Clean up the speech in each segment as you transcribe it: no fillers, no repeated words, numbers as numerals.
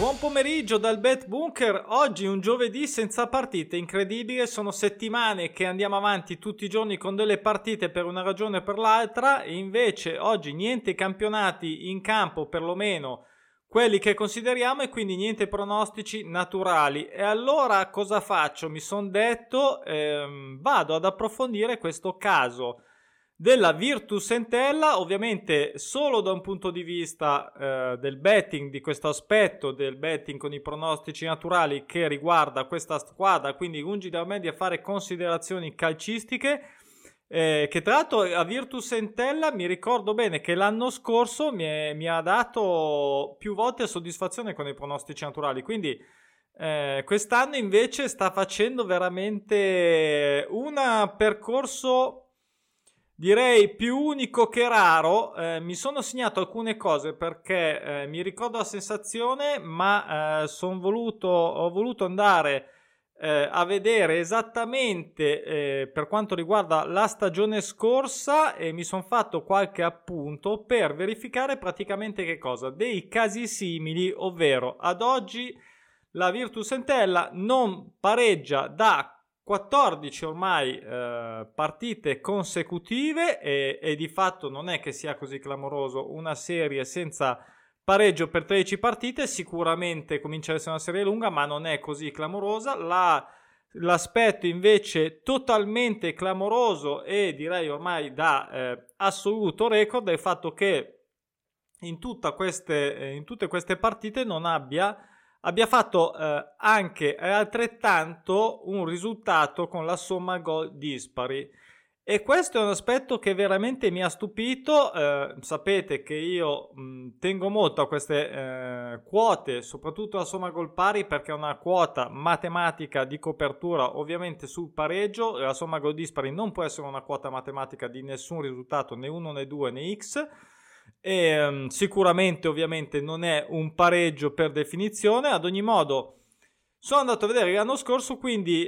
Buon pomeriggio dal Bet Bunker. Oggi un giovedì senza partite, incredibile, sono settimane che andiamo avanti tutti i giorni con delle partite per una ragione o per l'altra e invece oggi niente campionati in campo, perlomeno quelli che consideriamo, e quindi niente pronostici naturali. E allora cosa faccio? Mi sono detto vado ad approfondire questo caso della Virtus Entella, ovviamente solo da un punto di vista del betting, di questo aspetto del betting con i pronostici naturali che riguarda questa squadra, quindi lungi da me di fare considerazioni calcistiche, che tra l'altro a Virtus Entella mi ricordo bene che l'anno scorso mi ha dato più volte soddisfazione con i pronostici naturali, quindi quest'anno invece sta facendo veramente un percorso, direi, più unico che raro. Mi sono segnato alcune cose perché mi ricordo la sensazione, ma ho voluto andare a vedere esattamente per quanto riguarda la stagione scorsa e mi sono fatto qualche appunto per verificare praticamente che cosa? Dei casi simili, ovvero ad oggi la Virtus Entella non pareggia da 14 ormai partite consecutive e di fatto non è che sia così clamoroso una serie senza pareggio per 13 partite. Sicuramente comincia ad essere una serie lunga, ma non è così clamorosa. L'aspetto invece totalmente clamoroso e direi ormai da assoluto record è il fatto che in tutte queste partite non abbia fatto anche altrettanto un risultato con la somma gol dispari, e questo è un aspetto che veramente mi ha stupito. Sapete che io tengo molto a queste quote, soprattutto la somma gol pari, perché è una quota matematica di copertura ovviamente sul pareggio. La somma gol dispari non può essere una quota matematica di nessun risultato, né 1 né 2 né x. E sicuramente ovviamente non è un pareggio per definizione. Ad ogni modo sono andato a vedere l'anno scorso, quindi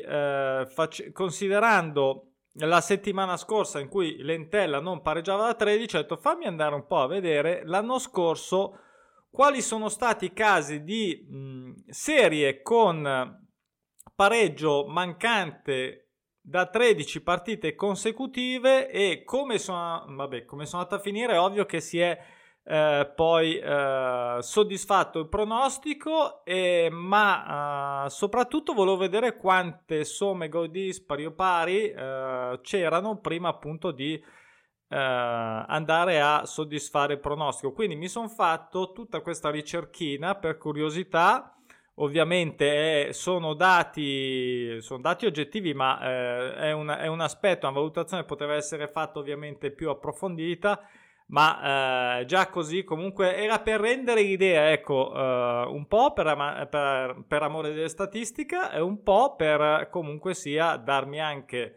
considerando la settimana scorsa in cui l'Entella non pareggiava da 13, ho detto fammi andare un po' a vedere l'anno scorso quali sono stati i casi di serie con pareggio mancante da 13 partite consecutive e come sono andate a finire. È ovvio che si è poi soddisfatto il pronostico, ma soprattutto volevo vedere quante somme gol dispari o pari c'erano prima appunto di andare a soddisfare il pronostico. Quindi mi sono fatto tutta questa ricerchina per curiosità. Ovviamente sono dati oggettivi, ma è un aspetto, una valutazione poteva essere fatta ovviamente più approfondita, ma già così comunque era per rendere l'idea, ecco, un po' per amore delle statistiche e un po' per comunque sia darmi anche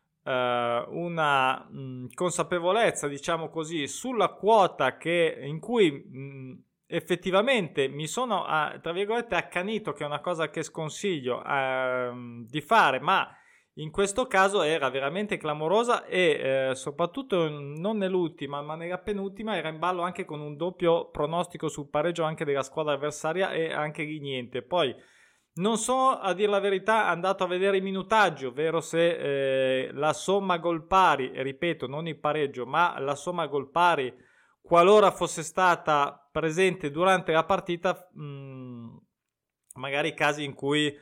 una consapevolezza, diciamo così, sulla quota in cui effettivamente mi sono tra virgolette accanito, che è una cosa che sconsiglio di fare, ma in questo caso era veramente clamorosa e soprattutto non nell'ultima ma nella penultima era in ballo anche con un doppio pronostico sul pareggio anche della squadra avversaria, e anche lì niente. Poi non sono, a dire la verità, andato a vedere i minutaggi, ovvero se la somma gol pari, e ripeto non il pareggio ma la somma gol pari, qualora fosse stata presente durante la partita, magari casi in cui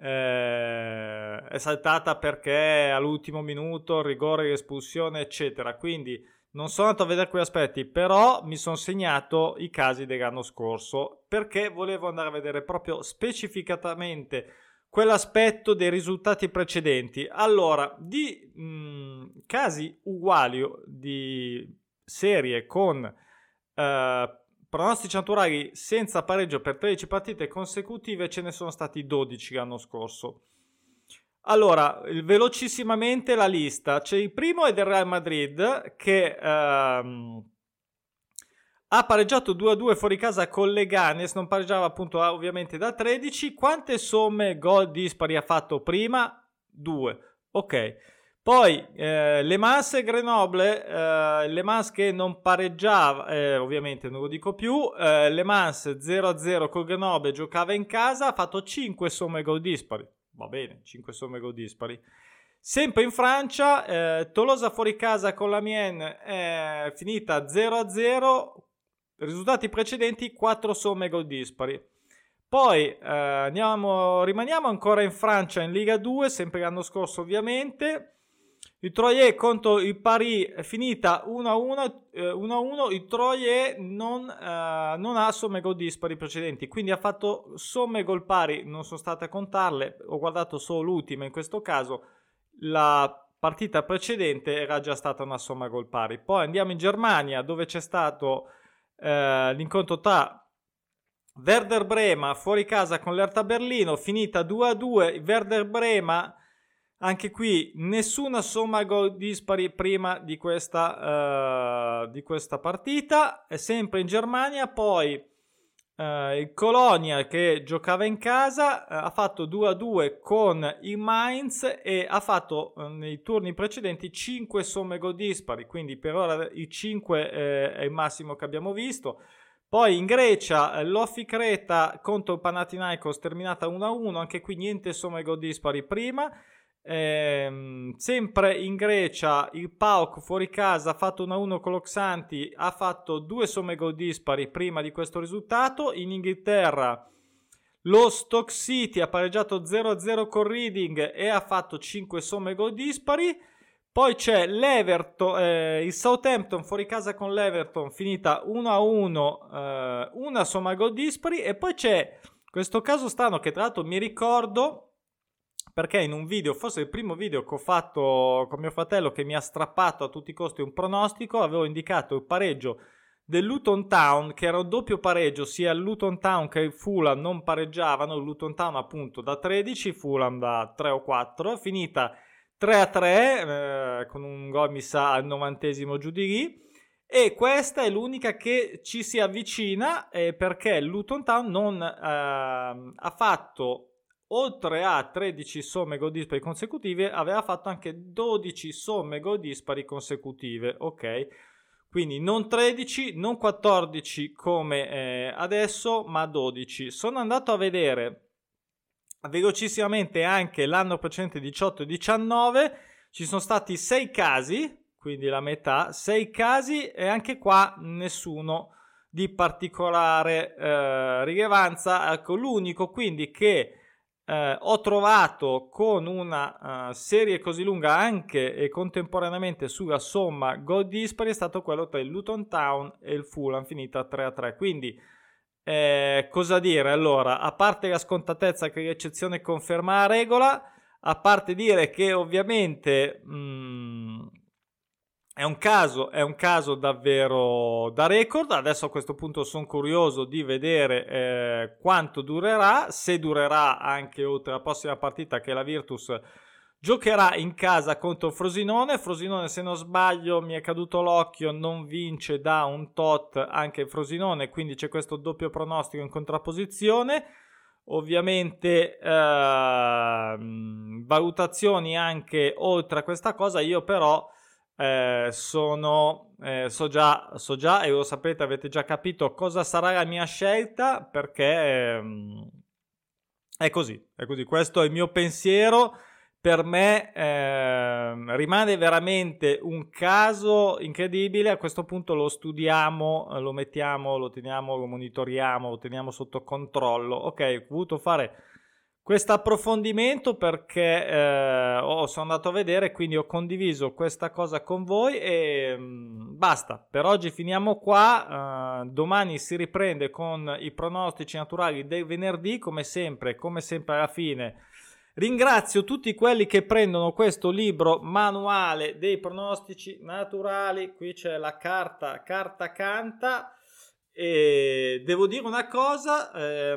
è saltata perché all'ultimo minuto rigore, espulsione eccetera. Quindi non sono andato a vedere quegli aspetti, però mi sono segnato i casi dell'anno scorso perché volevo andare a vedere proprio specificatamente quell'aspetto dei risultati precedenti. Allora, di casi uguali di serie con pronostici naturali senza pareggio per 13 partite consecutive ce ne sono stati 12 l'anno scorso. Allora, velocissimamente la lista. C'è il primo è del Real Madrid che ha pareggiato 2-2 fuori casa con Leganes, non pareggiava appunto ovviamente da 13. Quante somme gol dispari ha fatto prima? 2. Ok. Poi Le Mans e Grenoble, Le Mans che non pareggiava, ovviamente non lo dico più, Le Mans 0-0 col Grenoble, giocava in casa, ha fatto 5 somme gol dispari, va bene, 5 somme gol dispari. Sempre in Francia, Tolosa fuori casa con l'Amiens è finita 0-0, risultati precedenti 4 somme gol dispari. Poi rimaniamo ancora in Francia in Liga 2, sempre l'anno scorso ovviamente. Il Troyes contro il Paris è finita 1-1, il Troyes non ha somme gol dispari precedenti, quindi ha fatto somme gol pari, non sono state a contarle, ho guardato solo l'ultima in questo caso, la partita precedente era già stata una somma gol pari. Poi andiamo in Germania dove c'è stato l'incontro tra Werder Brema fuori casa con l'Hertha Berlino, finita 2-2, Werder Brema anche qui nessuna somma gol dispari prima di questa partita, è sempre in Germania. Poi il Colonia che giocava in casa ha fatto 2-2 con il Mainz e ha fatto nei turni precedenti 5 somme gol dispari, quindi per ora i 5 è il massimo che abbiamo visto. Poi in Grecia l'Offi Creta contro il Panathinaikos terminata 1-1, anche qui niente somme gol dispari prima. Sempre in Grecia il PAOK fuori casa ha fatto 1-1 con l'Oxanti, ha fatto 2 somme gol dispari prima di questo risultato. In Inghilterra lo Stoke City ha pareggiato 0-0 con Reading e ha fatto 5 somme gol dispari. Poi c'è l'Everton, il Southampton fuori casa con l'Everton finita 1-1, una somma gol dispari. E poi c'è questo caso strano che tra l'altro mi ricordo perché in un video, forse il primo video che ho fatto con mio fratello che mi ha strappato a tutti i costi un pronostico, avevo indicato il pareggio del Luton Town, che era un doppio pareggio, sia il Luton Town che il Fulham non pareggiavano, il Luton Town appunto da 13, Fulham da 3 o 4, finita 3-3 con un gol mi sa al 90esimo giù di lì. E questa è l'unica che ci si avvicina perché il Luton Town non ha fatto, oltre a 13 somme gol dispari consecutive, aveva fatto anche 12 somme gol dispari consecutive, ok? Quindi non 13, non 14 come adesso, ma 12. Sono andato a vedere velocissimamente anche l'anno precedente 18 e 19, ci sono stati 6 casi, quindi la metà, 6 casi e anche qua nessuno di particolare rilevanza. Ecco, l'unico quindi che ho trovato con una serie così lunga anche e contemporaneamente sulla somma gol dispari è stato quello tra il Luton Town e il Fulham finita 3-3. Quindi cosa dire? Allora, a parte la scontatezza che l'eccezione conferma la regola, a parte dire che ovviamente è un caso davvero da record. Adesso a questo punto sono curioso di vedere quanto durerà, se durerà anche oltre la prossima partita che la Virtus giocherà in casa contro Frosinone. Frosinone, se non sbaglio, mi è caduto l'occhio, non vince da un tot anche Frosinone, quindi c'è questo doppio pronostico in contrapposizione. Ovviamente valutazioni anche oltre a questa cosa. Io però so già e lo sapete, avete già capito cosa sarà la mia scelta, perché è così, questo è il mio pensiero. Per me rimane veramente un caso incredibile. A questo punto lo studiamo, lo mettiamo, lo teniamo, lo monitoriamo, lo teniamo sotto controllo. Ok, ho voluto fare questo approfondimento perché sono andato a vedere, quindi ho condiviso questa cosa con voi e basta. Per oggi finiamo qua. Domani si riprende con i pronostici naturali del venerdì, come sempre alla fine. Ringrazio tutti quelli che prendono questo libro manuale dei pronostici naturali. Qui c'è la carta canta. E devo dire una cosa,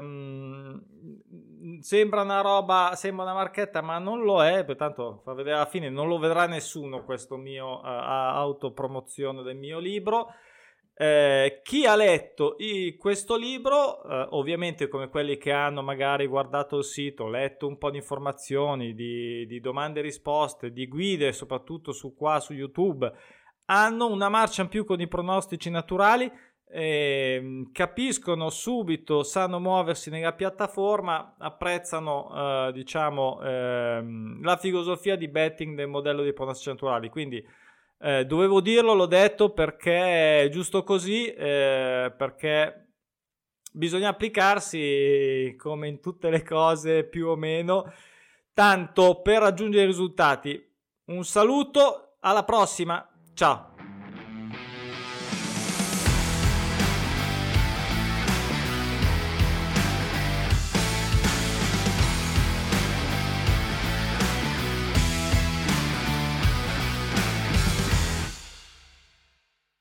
sembra una marchetta, ma non lo è, pertanto fa vedere alla fine, non lo vedrà nessuno questo mio autopromozione del mio libro. Chi ha letto questo libro, ovviamente come quelli che hanno magari guardato il sito, letto un po' di informazioni, di domande e risposte, di guide, soprattutto su YouTube, hanno una marcia in più con i pronostici naturali, capiscono subito, sanno muoversi nella piattaforma, apprezzano la filosofia di betting del modello dei pronostici naturali. Quindi dovevo dirlo, l'ho detto perché è giusto così, perché bisogna applicarsi come in tutte le cose più o meno, tanto per raggiungere i risultati. Un saluto, alla prossima, ciao!